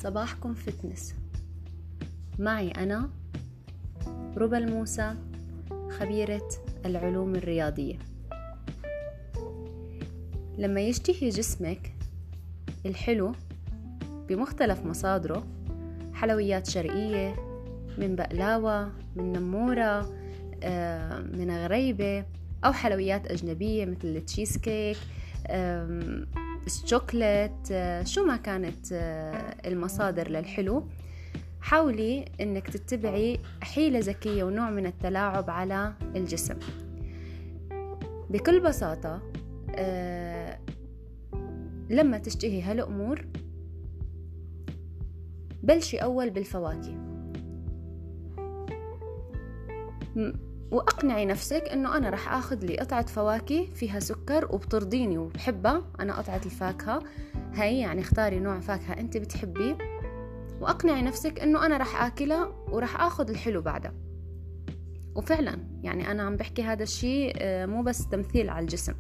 صباحكم فتنس. معي أنا ربى الموسى، خبيرة العلوم الرياضية. لما يشتهي جسمك الحلو بمختلف مصادره، حلويات شرقية، من بقلاوة، من نمورة، من غريبة، أو حلويات أجنبية مثل التشيز كيك، الشوكولات، شو ما كانت المصادر للحلو، حاولي انك تتبعي حيلة ذكية ونوع من التلاعب على الجسم. بكل بساطة لما تشتهي هالأمور بلشي أول بالفواكه، وأقنعي نفسك أنه أنا رح أخذ لي قطعة فواكه فيها سكر وبترضيني وبحبها أنا قطعة الفاكهة هاي، يعني اختاري نوع فاكهة أنت بتحبيه وأقنعي نفسك أنه أنا رح آكلها ورح أخذ الحلو بعدها. وفعلا يعني أنا عم بحكي هذا الشيء مو بس تمثيل على الجسم.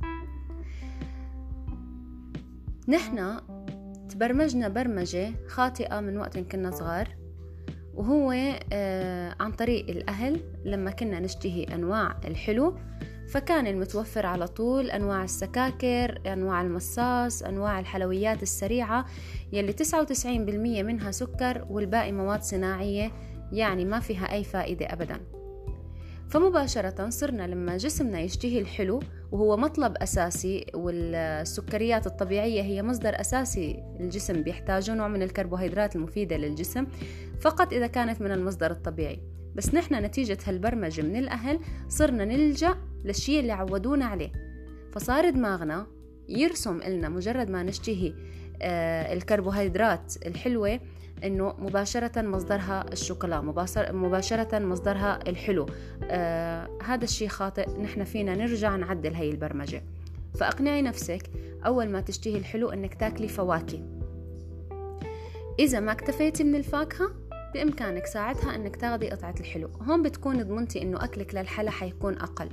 نحن تبرمجنا برمجة خاطئة من وقت كنا صغار، وهو عن طريق الأهل. لما كنا نشتهي أنواع الحلو فكان المتوفر على طول أنواع السكاكر، أنواع المصاص، أنواع الحلويات السريعة يلي 99% منها سكر والباقي مواد صناعية، يعني ما فيها أي فائدة أبدا. فمباشرة صرنا لما جسمنا يشتهي الحلو وهو مطلب أساسي، والسكريات الطبيعية هي مصدر أساسي الجسم بيحتاجه، نوع من الكربوهيدرات المفيدة للجسم فقط إذا كانت من المصدر الطبيعي. بس نحن نتيجة هالبرمجة من الأهل صرنا نلجأ للشيء اللي عودونا عليه، فصار دماغنا يرسم إلنا مجرد ما نشتهي الكربوهيدرات الحلوة إنه مباشرة مصدرها الشوكولا، مباشرة مصدرها الحلو. هذا الشيء خاطئ، نحن فينا نرجع نعدل هاي البرمجة. فأقنعي نفسك أول ما تشتهي الحلو إنك تاكلي فواكه. إذا ما اكتفيتي من الفاكهة بإمكانك ساعتها إنك تاخدي قطعة الحلو، هون بتكون ضمنتي إنه أكلك للحلا حيكون أقل.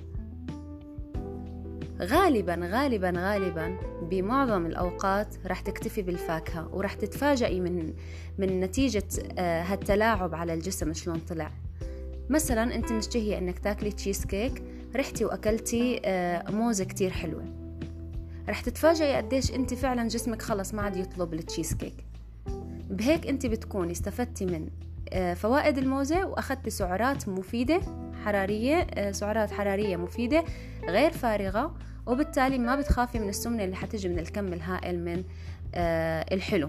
غالبا بمعظم الأوقات رح تكتفي بالفاكهة، ورح تتفاجئي من نتيجة هالتلاعب على الجسم شلون طلع. مثلا أنت مشتهية أنك تاكلي تشيز كيك، رحتي وأكلتي موزة كتير حلوة، رح تتفاجئي قديش أنت فعلا جسمك خلص ما عاد يطلب التشيز كيك. بهيك أنت بتكوني استفدتي من فوائد الموزة وأخذتي سعرات مفيدة حرارية، سعرات حرارية مفيدة غير فارغة، وبالتالي ما بتخافي من السمنة اللي حتجي من الكم الهائل من الحلو.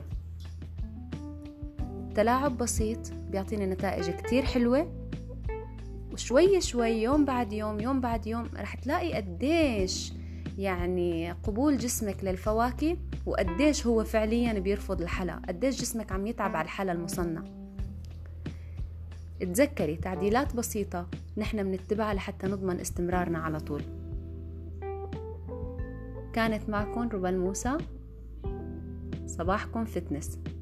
تلاعب بسيط بيعطيني نتائج كتير حلوة، وشوي شوي يوم بعد يوم رح تلاقي قديش يعني قبول جسمك للفواكه، وقديش هو فعليا بيرفض الحلا، قديش جسمك عم يتعب على الحلا المصنع. اتذكري تعديلات بسيطة نحن بنتبعها لحتى نضمن استمرارنا على طول. كانت معكم ربى الموسى، صباحكم فتنس.